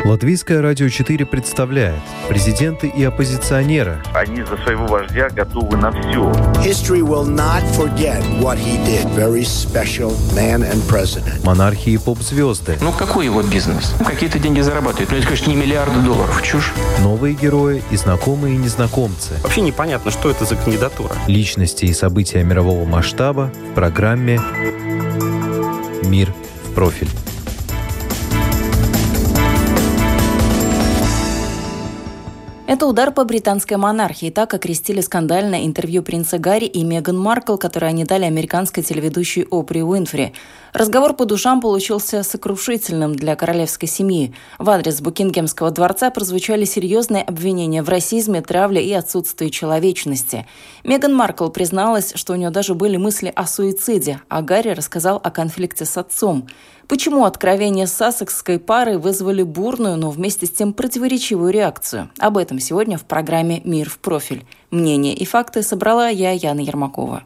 Латвийское радио 4 представляет президенты и оппозиционеры. Они за своего вождя готовы на все. History will not forget what he did. Very special man and president. Монархи и поп-звезды. Какой его бизнес? Какие-то деньги зарабатывает. Это, конечно, не миллиарды долларов. Чушь. Новые герои и знакомые незнакомцы. Вообще непонятно, что это за кандидатура. Личности и события мирового масштаба в программе «Мир в профиль». Это удар по британской монархии. Так окрестили скандальное интервью принца Гарри и Меган Маркл, которое они дали американской телеведущей Опри Уинфри. Разговор по душам получился сокрушительным для королевской семьи. В адрес Букингемского дворца прозвучали серьезные обвинения в расизме, травле и отсутствии человечности. Меган Маркл призналась, что у нее даже были мысли о суициде, а Гарри рассказал о конфликте с отцом. Почему откровения сассекской пары вызвали бурную, но вместе с тем противоречивую реакцию? Об этом сегодня в программе «Мир в профиль». Мнения и факты собрала я, Яна Ермакова.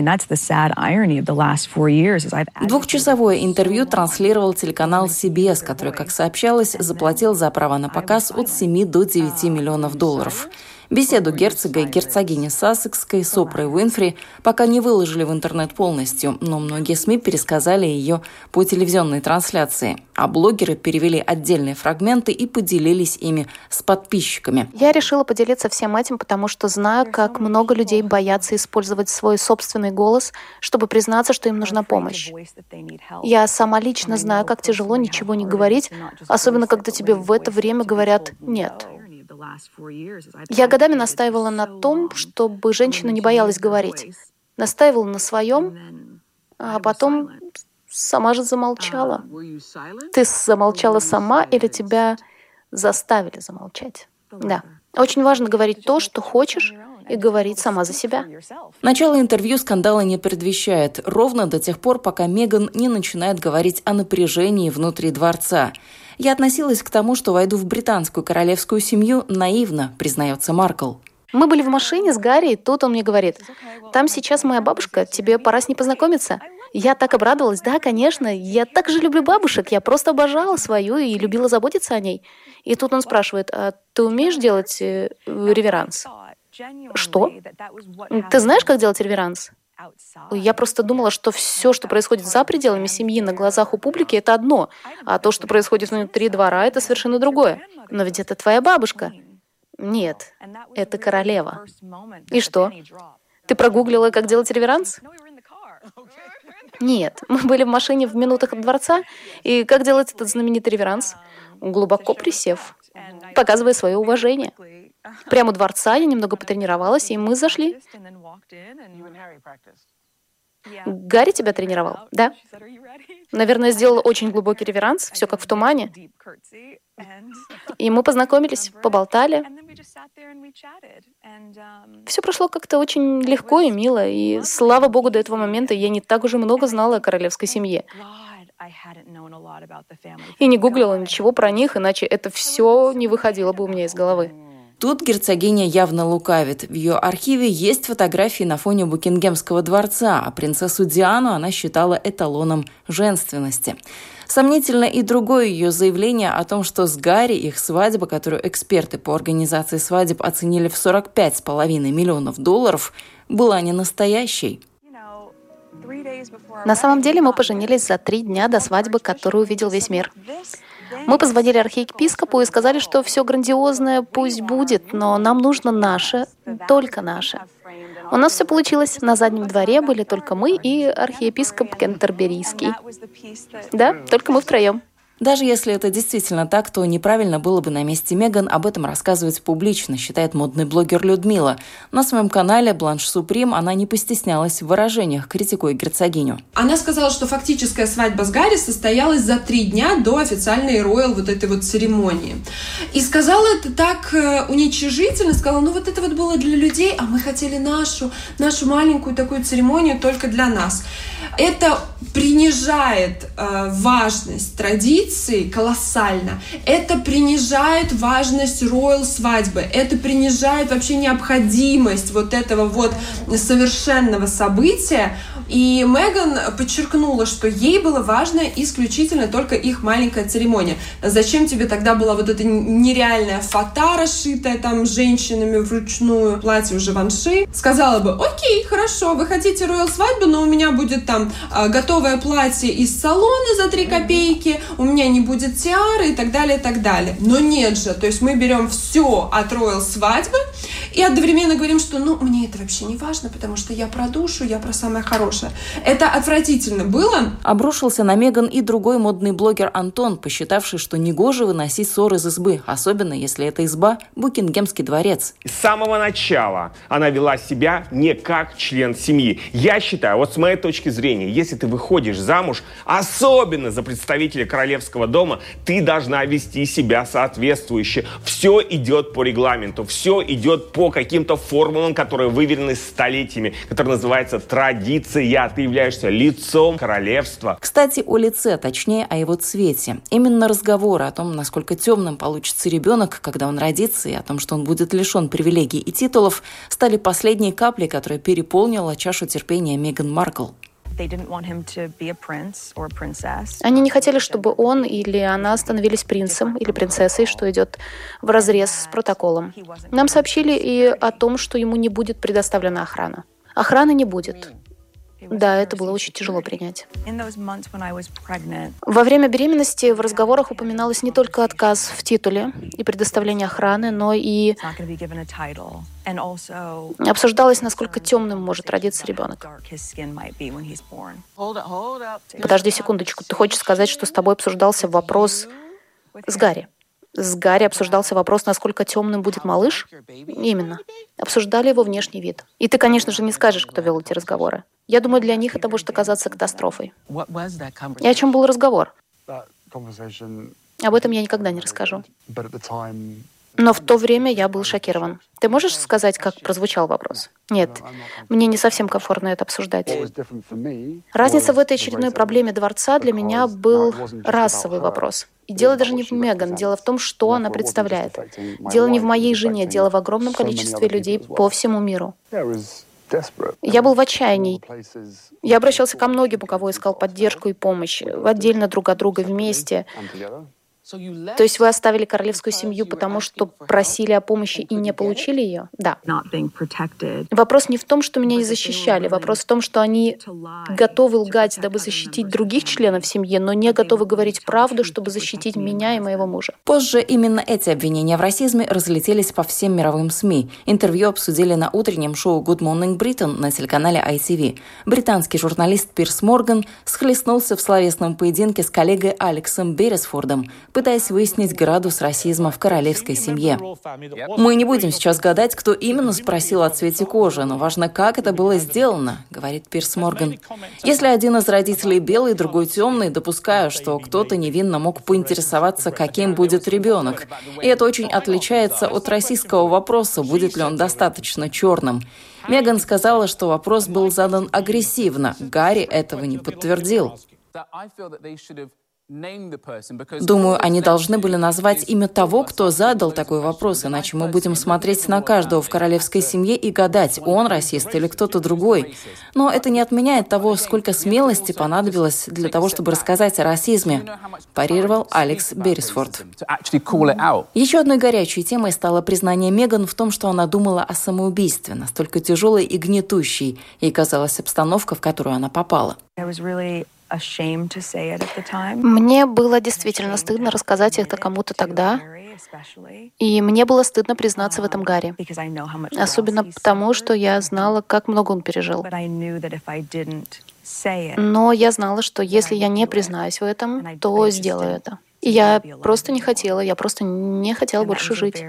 Двухчасовое интервью транслировал телеканал CBS, который, как сообщалось, заплатил за права на показ от 7 до 9 миллионов долларов. Беседу герцога и герцогини Сассекской с Опрой Уинфри пока не выложили в интернет полностью, но многие СМИ пересказали ее по телевизионной трансляции, а блогеры перевели отдельные фрагменты и поделились ими с подписчиками. Я решила поделиться всем этим, потому что знаю, как много людей боятся использовать свой собственный голос, чтобы признаться, что им нужна помощь. Я сама лично знаю, как тяжело ничего не говорить, особенно когда тебе в это время говорят «нет». Я годами настаивала на том, чтобы женщина не боялась говорить. Настаивала на своем, а потом сама же замолчала. Ты замолчала сама или тебя заставили замолчать? Да. Очень важно говорить то, что хочешь, и говорить сама за себя. Начало интервью скандала не предвещает, ровно до тех пор, пока Меган не начинает говорить о напряжении внутри дворца. «Я относилась к тому, что войду в британскую королевскую семью, наивно», признается Маркл. Мы были в машине с Гарри, и тут он мне говорит: «Там сейчас моя бабушка, тебе пора с ней познакомиться». Я так обрадовалась. Да, конечно, я так же люблю бабушек, я просто обожала свою и любила заботиться о ней. И тут он спрашивает: «А ты умеешь делать реверанс?» «Что? Ты знаешь, как делать реверанс?» Я просто думала, что все, что происходит за пределами семьи на глазах у публики, это одно, а то, что происходит внутри двора, это совершенно другое. Но ведь это твоя бабушка. Нет, это королева. И что? Ты прогуглила, как делать реверанс? Нет, мы были в машине в минутах от дворца, и как делать этот знаменитый реверанс? Глубоко присев, показывая свое уважение. Прямо у дворца я немного потренировалась, и мы зашли. Гарри тебя тренировал? Да. Наверное, сделала очень глубокий реверанс, все как в тумане. И мы познакомились, поболтали. Все прошло как-то очень легко и мило, и, слава богу, до этого момента я не так уже много знала о королевской семье. И не гуглила ничего про них, иначе это все не выходило бы у меня из головы. Тут герцогиня явно лукавит. В ее архиве есть фотографии на фоне Букингемского дворца, а принцессу Диану она считала эталоном женственности. Сомнительно и другое ее заявление о том, что с Гарри их свадьба, которую эксперты по организации свадеб оценили в $45,5 миллионов, была не настоящей. На самом деле мы поженились за 3 дня до свадьбы, которую увидел весь мир. Мы позвонили архиепископу и сказали, что все грандиозное пусть будет, но нам нужно наше, только наше. У нас все получилось. На заднем дворе были только мы и архиепископ Кентерберийский. Да, только мы втроем. Даже если это действительно так, то неправильно было бы на месте Меган об этом рассказывать публично, считает модный блогер Людмила. На своем канале Бланш Суприм она не постеснялась в выражениях, критикуя герцогиню. Она сказала, что фактическая свадьба с Гарри состоялась за 3 дня до официальной роял этой церемонии. И сказала это так уничижительно, сказала, это было для людей, а мы хотели нашу маленькую такую церемонию только для нас. Это принижает важность традиции колоссально. Это принижает важность роял свадьбы. Это принижает вообще необходимость вот этого вот совершенного события. И Меган подчеркнула, что ей было важно исключительно только их маленькая церемония. Зачем тебе тогда была вот эта нереальная фата, расшитая там женщинами вручную, платье у Живанши? Сказала бы: окей, хорошо, вы хотите роял свадьбу, но у меня будет там готовое платье из салона за 3 копейки, у меня не будет тиары и так далее, и так далее. Но нет же, то есть мы берем все от роял свадьбы и одновременно говорим, что мне это вообще не важно, потому что я про душу, я про самое хорошее. Это отвратительно было. Обрушился на Меган и другой модный блогер Антон, посчитавший, что негоже выносить ссор из избы, особенно если эта изба – Букингемский дворец. С самого начала она вела себя не как член семьи. Я считаю, вот с моей точки зрения, если ты выходишь замуж, особенно за представителя королевского дома, ты должна вести себя соответствующе. Все идет по регламенту, все идет по каким-то формулам, которые выверены столетиями, которые называются традиция. Ты являешься лицом королевства. Кстати, о лице, точнее, о его цвете. Именно разговоры о том, насколько темным получится ребенок, когда он родится, и о том, что он будет лишен привилегий и титулов, стали последней каплей, которая переполнила чашу терпения Меган Маркл. Они не хотели, чтобы он или она становились принцем или принцессой, что идет вразрез с протоколом. Нам сообщили и о том, что ему не будет предоставлена охрана. Охраны не будет. Да, это было очень тяжело принять. Во время беременности в разговорах упоминалось не только отказ в титуле и предоставление охраны, но и обсуждалось, насколько темным может родиться ребенок. Подожди секундочку, ты хочешь сказать, что с тобой обсуждался вопрос с Гарри? С Гарри обсуждался вопрос, насколько темным будет малыш? Именно. Обсуждали его внешний вид. И ты, конечно же, не скажешь, кто вел эти разговоры. Я думаю, для них это может оказаться катастрофой. И о чем был разговор? Об этом я никогда не расскажу. Но в то время я был шокирован. Ты можешь сказать, как прозвучал вопрос? Нет, мне не совсем комфортно это обсуждать. Разница в этой очередной проблеме дворца для меня был расовый вопрос. И дело даже не в Меган, дело в том, что она представляет. Дело не в моей жене, дело в огромном количестве людей по всему миру. Я был в отчаянии. Я обращался ко многим, у кого искал поддержку и помощь, отдельно друг от друга, вместе. То есть вы оставили королевскую семью, потому что просили о помощи и не получили ее? Да. Вопрос не в том, что меня не защищали. Вопрос в том, что они готовы лгать, дабы защитить других членов семьи, но не готовы говорить правду, чтобы защитить меня и моего мужа. Позже именно эти обвинения в расизме разлетелись по всем мировым СМИ. Интервью обсудили на утреннем шоу Good Morning Britain на телеканале ITV. Британский журналист Пирс Морган схлестнулся в словесном поединке с коллегой Алексом Беррисфордом, пытаясь выяснить градус расизма в королевской семье. «Мы не будем сейчас гадать, кто именно спросил о цвете кожи, но важно, как это было сделано», — говорит Пирс Морган. «Если один из родителей белый, другой темный, допускаю, что кто-то невинно мог поинтересоваться, каким будет ребенок. И это очень отличается от российского вопроса, будет ли он достаточно черным». Меган сказала, что вопрос был задан агрессивно. Гарри этого не подтвердил. Думаю, они должны были назвать имя того, кто задал такой вопрос, иначе мы будем смотреть на каждого в королевской семье и гадать, он расист или кто-то другой. Но это не отменяет того, сколько смелости понадобилось для того, чтобы рассказать о расизме, парировал Алекс Беррисфорд. Еще одной горячей темой стало признание Меган в том, что она думала о самоубийстве, настолько тяжелой и гнетущей, ей казалась обстановка, в которую она попала. Мне было действительно стыдно рассказать это кому-то тогда, и мне было стыдно признаться в этом Гарри. Особенно потому, что я знала, как много он пережил. Но я знала, что если я не признаюсь в этом, то сделаю это. И я просто не хотела больше жить.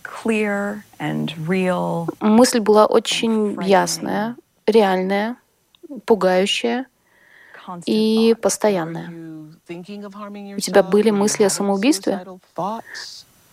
Мысль была очень ясная, реальная, пугающая и постоянная. У тебя были мысли о самоубийстве?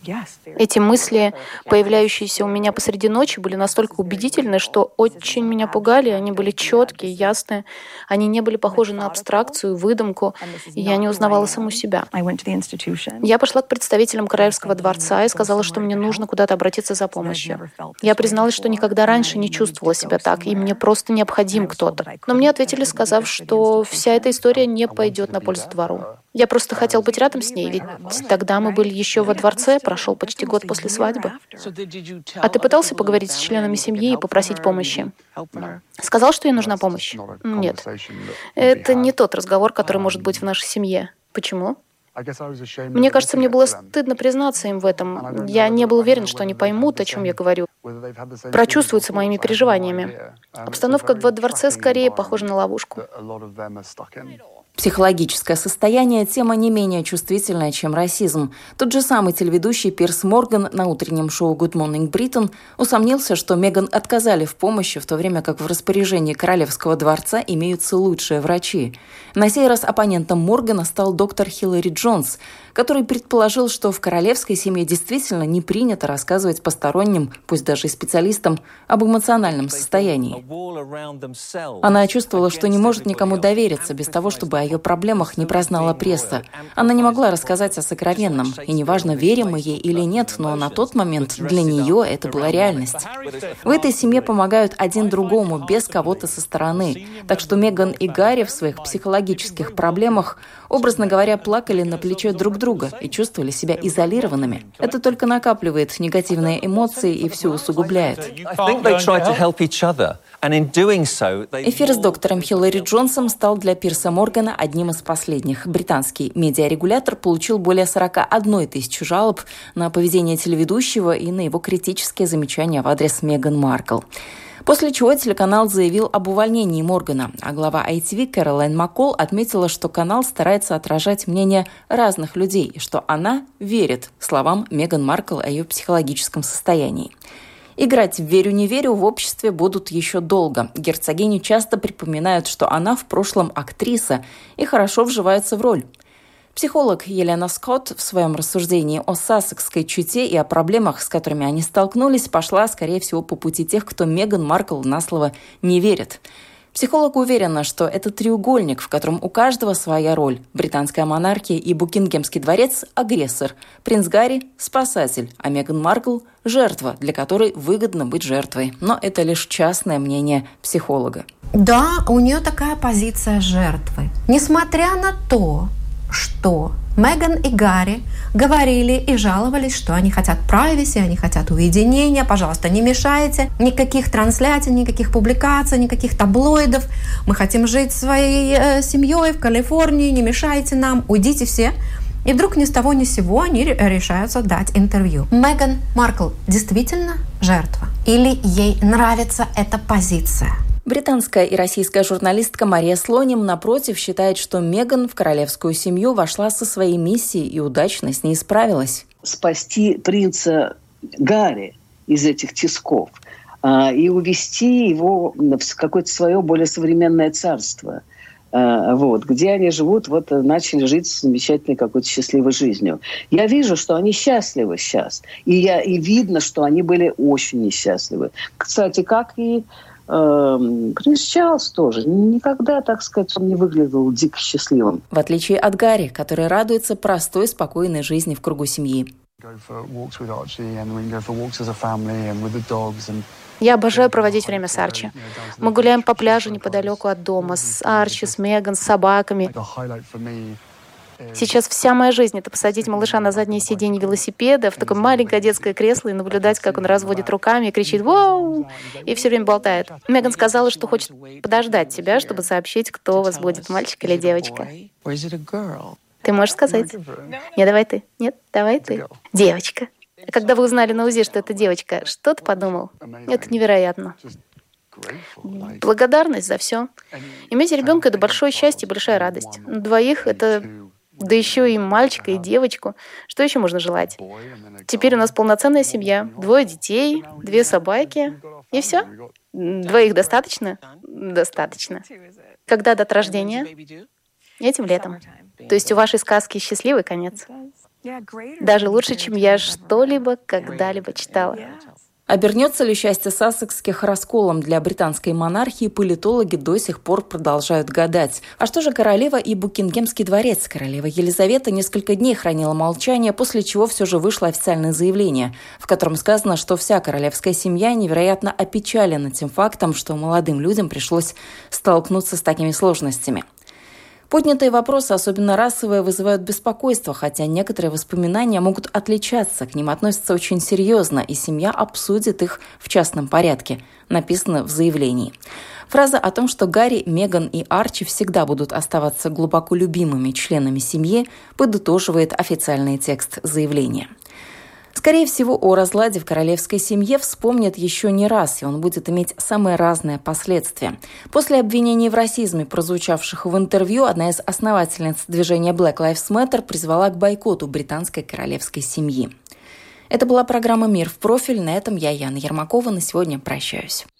Эти мысли, появляющиеся у меня посреди ночи, были настолько убедительны, что очень меня пугали. Они были четкие, ясные. Они не были похожи на абстракцию, выдумку. И я не узнавала саму себя. Я пошла к представителям Королевского дворца и сказала, что мне нужно куда-то обратиться за помощью. Я призналась, что никогда раньше не чувствовала себя так, и мне просто необходим кто-то. Но мне ответили, сказав, что вся эта история не пойдет на пользу двору. Я просто хотел быть рядом с ней, ведь тогда мы были еще во дворце, прошел почти год после свадьбы. А ты пытался поговорить с членами семьи и попросить помощи? Сказал, что ей нужна помощь? Нет. Это не тот разговор, который может быть в нашей семье. Почему? Мне кажется, мне было стыдно признаться им в этом. Я не был уверен, что они поймут, о чем я говорю, прочувствуются моими переживаниями. Обстановка во дворце скорее похожа на ловушку. Психологическое состояние – тема не менее чувствительная, чем расизм. Тот же самый телеведущий Пирс Морган на утреннем шоу Good Morning Britain усомнился, что Меган отказали в помощи, в то время как в распоряжении Королевского дворца имеются лучшие врачи. На сей раз оппонентом Моргана стал доктор Хиллари Джонс, который предположил, что в королевской семье действительно не принято рассказывать посторонним, пусть даже и специалистам, об эмоциональном состоянии. Она чувствовала, что не может никому довериться без того, чтобы о ее проблемах не прознала пресса. Она не могла рассказать о сокровенном, и неважно, верим мы ей или нет, но на тот момент для нее это была реальность. В этой семье помогают один другому, без кого-то со стороны. Так что Меган и Гарри в своих психологических проблемах, образно говоря, плакали на плече друг друга и чувствовали себя изолированными. Это только накапливает негативные эмоции и все усугубляет. Эфир с доктором Хиллари Джонсом стал для Пирса Моргана одним из последних. Британский медиарегулятор получил более 41 тысячи жалоб на поведение телеведущего и на его критические замечания в адрес Меган Маркл. После чего телеканал заявил об увольнении Моргана, а глава ITV Кэролайн Маккол отметила, что канал старается отражать мнение разных людей и что она верит словам Меган Маркл о ее психологическом состоянии. Играть в «верю-не верю» в обществе будут еще долго. Герцогиню часто припоминают, что она в прошлом актриса и хорошо вживается в роль. Психолог Елена Скотт в своем рассуждении о сассекской чете и о проблемах, с которыми они столкнулись, пошла, скорее всего, по пути тех, кто Меган Маркл на слово не верит. Психолог уверена, что это треугольник, в котором у каждого своя роль. Британская монархия и Букингемский дворец – агрессор. Принц Гарри – спасатель, а Меган Маркл – жертва, для которой выгодно быть жертвой. Но это лишь частное мнение психолога. Да, у нее такая позиция жертвы. Несмотря на то, что Меган и Гарри говорили и жаловались, что они хотят privacy, они хотят уединения. Пожалуйста, не мешайте. Никаких трансляций, никаких публикаций, никаких таблоидов. Мы хотим жить своей семьей в Калифорнии. Не мешайте нам. Уйдите все. И вдруг ни с того ни с сего они решаются дать интервью. Меган Маркл действительно жертва? Или ей нравится эта позиция? Британская и российская журналистка Мария Слоним, напротив, считает, что Меган в королевскую семью вошла со своей миссией и удачно с ней справилась. Спасти принца Гарри из этих тисков и увести его в какое-то свое более современное царство, где они живут, начали жить замечательной какой-то счастливой жизнью. Я вижу, что они счастливы сейчас. И видно, что они были очень несчастливы. Кстати, как и принц Чарльз тоже. Никогда, так сказать, он не выглядел дико счастливым. В отличие от Гарри, который радуется простой, спокойной жизни в кругу семьи. Я обожаю проводить время с Арчи. Мы гуляем по пляжу неподалеку от дома, с Арчи, с Меган, с собаками. Сейчас вся моя жизнь — это посадить малыша на заднее сиденье велосипеда в такое маленькое детское кресло и наблюдать, как он разводит руками и кричит «Воу!» и все время болтает. Меган сказала, что хочет подождать тебя, чтобы сообщить, кто у вас будет, мальчик или девочка. Ты можешь сказать? Нет, давай ты. Нет, давай ты. Девочка. Когда вы узнали на УЗИ, что это девочка, что ты подумал? Это невероятно. Благодарность за все. Иметь ребенка — это большое счастье и большая радость. Двоих — это... Да еще и мальчика, и девочку. Что еще можно желать? Теперь у нас полноценная семья. 2 детей, 2 собаки. И все? 2 достаточно? Достаточно. Когда дата рождения? Этим летом. То есть у вашей сказки счастливый конец? Даже лучше, чем я что-либо когда-либо читала. Обернется ли счастье сассекских расколом для британской монархии, политологи до сих пор продолжают гадать. А что же королева и Букингемский дворец? Королева Елизавета несколько дней хранила молчание, после чего все же вышло официальное заявление, в котором сказано, что вся королевская семья невероятно опечалена тем фактом, что молодым людям пришлось столкнуться с такими сложностями. Поднятые вопросы, особенно расовые, вызывают беспокойство, хотя некоторые воспоминания могут отличаться, к ним относятся очень серьезно, и семья обсудит их в частном порядке, написано в заявлении. Фраза о том, что Гарри, Меган и Арчи всегда будут оставаться глубоко любимыми членами семьи, подытоживает официальный текст заявления. Скорее всего, о разладе в королевской семье вспомнят еще не раз, и он будет иметь самые разные последствия. После обвинений в расизме, прозвучавших в интервью, одна из основательниц движения Black Lives Matter призвала к бойкоту британской королевской семьи. Это была программа «Мир в профиль». На этом я, Яна Ермакова, на сегодня прощаюсь.